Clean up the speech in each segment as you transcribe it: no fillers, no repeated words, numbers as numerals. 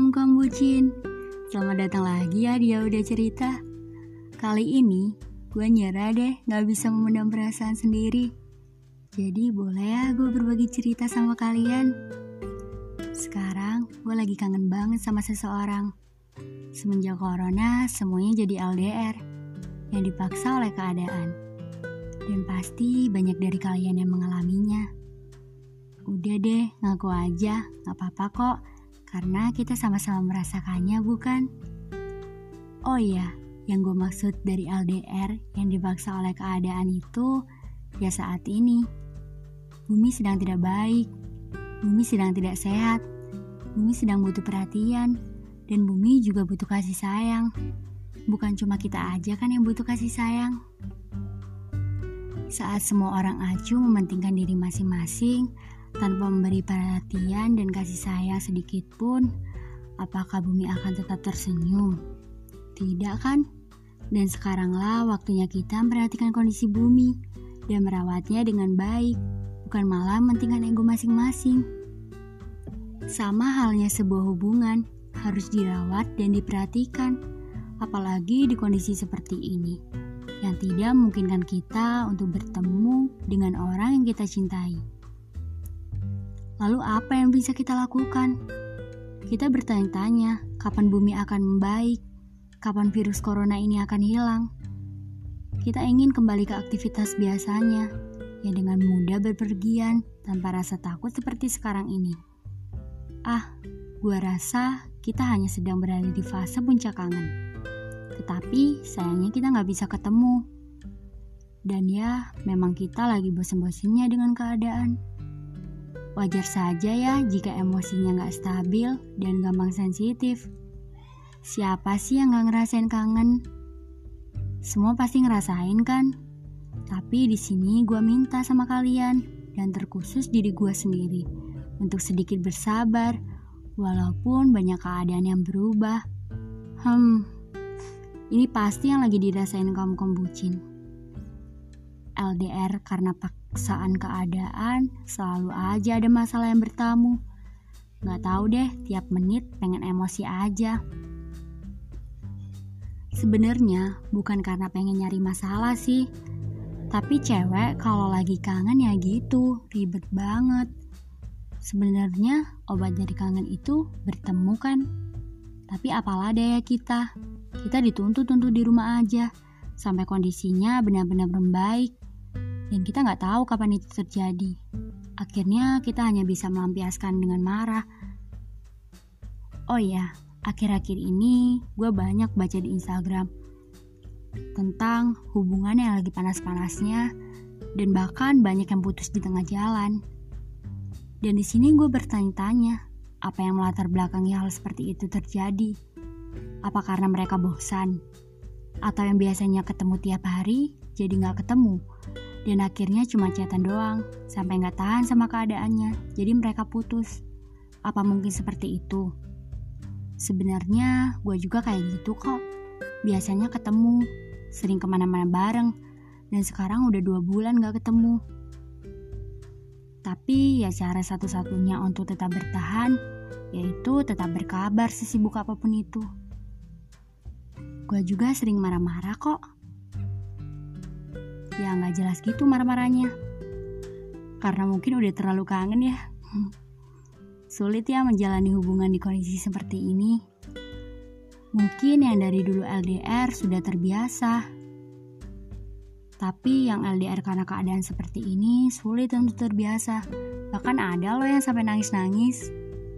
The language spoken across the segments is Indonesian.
kaum bucin. Selamat datang lagi ya di Udah Cerita. Kali ini gue nyerah deh gak bisa memendam perasaan sendiri. Jadi boleh ya gue berbagi cerita sama kalian. Sekarang gue lagi kangen banget sama seseorang. Semenjak corona semuanya jadi LDR yang dipaksa oleh keadaan. Dan pasti banyak dari kalian yang mengalaminya. Udah deh, ngaku aja, gak apa-apa kok. Karena kita sama-sama merasakannya, bukan? Oh iya, yang gue maksud dari LDR yang dipaksa oleh keadaan itu, ya saat ini. Bumi sedang tidak baik, bumi sedang tidak sehat, bumi sedang butuh perhatian, dan bumi juga butuh kasih sayang. Bukan cuma kita aja kan yang butuh kasih sayang. Saat semua orang acuh mementingkan diri masing-masing, tanpa memberi perhatian dan kasih sayang sedikit pun, apakah bumi akan tetap tersenyum? Tidak kan? Dan sekaranglah waktunya kita memperhatikan kondisi bumi dan merawatnya dengan baik, bukan malah mementingkan ego masing-masing. Sama halnya sebuah hubungan, harus dirawat dan diperhatikan, apalagi di kondisi seperti ini, yang tidak memungkinkan kita untuk bertemu dengan orang yang kita cintai. Lalu apa yang bisa kita lakukan? Kita bertanya-tanya, kapan bumi akan membaik? Kapan virus corona ini akan hilang? Kita ingin kembali ke aktivitas biasanya, yang dengan mudah berpergian tanpa rasa takut seperti sekarang ini. Gua rasa kita hanya sedang berada di fase puncak kangen. Tetapi sayangnya kita gak bisa ketemu. Dan ya, memang kita lagi bosan-bosannya dengan keadaan. Wajar saja ya jika emosinya gak stabil dan gampang sensitif. Siapa sih yang gak ngerasain kangen? Semua pasti ngerasain kan? Tapi di sini gue minta sama kalian dan terkhusus diri gue sendiri untuk sedikit bersabar walaupun banyak keadaan yang berubah. Ini pasti yang lagi dirasain kaum bucin. LDR karena paksaan keadaan, selalu aja ada masalah yang bertamu. Gak tahu deh, tiap menit pengen emosi aja. Sebenarnya bukan karena pengen nyari masalah sih, tapi cewek kalau lagi kangen ya gitu, ribet banget. Sebenarnya obat dari kangen itu bertemu kan. Tapi apalah daya kita dituntut untuk di rumah aja sampai kondisinya benar-benar membaik. Dan kita gak tahu kapan itu terjadi. Akhirnya kita hanya bisa melampiaskan dengan marah. Oh iya, akhir-akhir ini gue banyak baca di Instagram tentang hubungan yang lagi panas-panasnya dan bahkan banyak yang putus di tengah jalan. Dan di sini gue bertanya-tanya, apa yang melatar belakangi hal seperti itu terjadi? Apa karena mereka bosan? Atau yang biasanya ketemu tiap hari jadi gak ketemu? Dan akhirnya cuma chatan doang, sampai gak tahan sama keadaannya, jadi mereka putus. Apa mungkin seperti itu? Sebenarnya gue juga kayak gitu kok. Biasanya ketemu, sering kemana-mana bareng, dan sekarang udah 2 bulan gak ketemu. Tapi ya cara satu-satunya untuk tetap bertahan, yaitu tetap berkabar sesibuk apapun itu. Gue juga sering marah-marah kok. Ya gak jelas gitu marah-marahnya. Karena mungkin udah terlalu kangen ya. Sulit ya menjalani hubungan di kondisi seperti ini. Mungkin yang dari dulu LDR sudah terbiasa. Tapi yang LDR karena keadaan seperti ini sulit untuk terbiasa. Bahkan ada loh yang sampai nangis-nangis.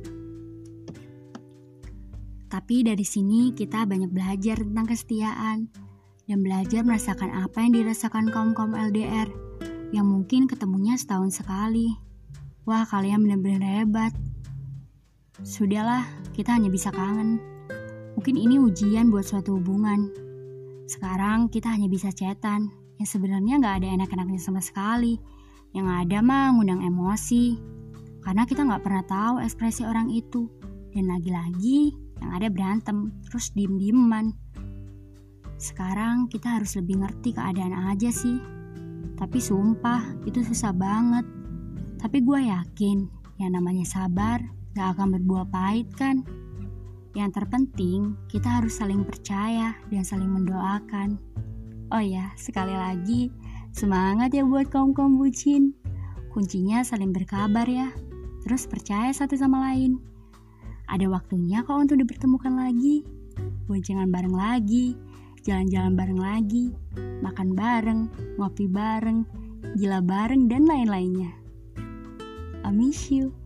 Tapi dari sini kita banyak belajar tentang kesetiaan. Dan belajar merasakan apa yang dirasakan kaum-kaum LDR yang mungkin ketemunya setahun sekali. Wah, kalian benar-benar hebat. Sudahlah, kita hanya bisa kangen. Mungkin ini ujian buat suatu hubungan. Sekarang kita hanya bisa chatan, yang sebenarnya gak ada enak-enaknya sama sekali. Yang ada mah ngundang emosi, karena kita gak pernah tahu ekspresi orang itu. Dan lagi-lagi yang ada berantem, terus diem-dieman. Sekarang kita harus lebih ngerti keadaan aja sih. Tapi sumpah, itu susah banget. Tapi gue yakin, yang namanya sabar gak akan berbuah pahit kan. Yang terpenting, kita harus saling percaya dan saling mendoakan. Oh ya, sekali lagi, semangat ya buat kaum-kaum bucin. Kuncinya saling berkabar ya, terus percaya satu sama lain. Ada waktunya kok untuk dipertemukan lagi, boncengan bareng lagi, jalan-jalan bareng lagi, makan bareng, ngopi bareng, gila bareng, dan lain-lainnya. I miss you.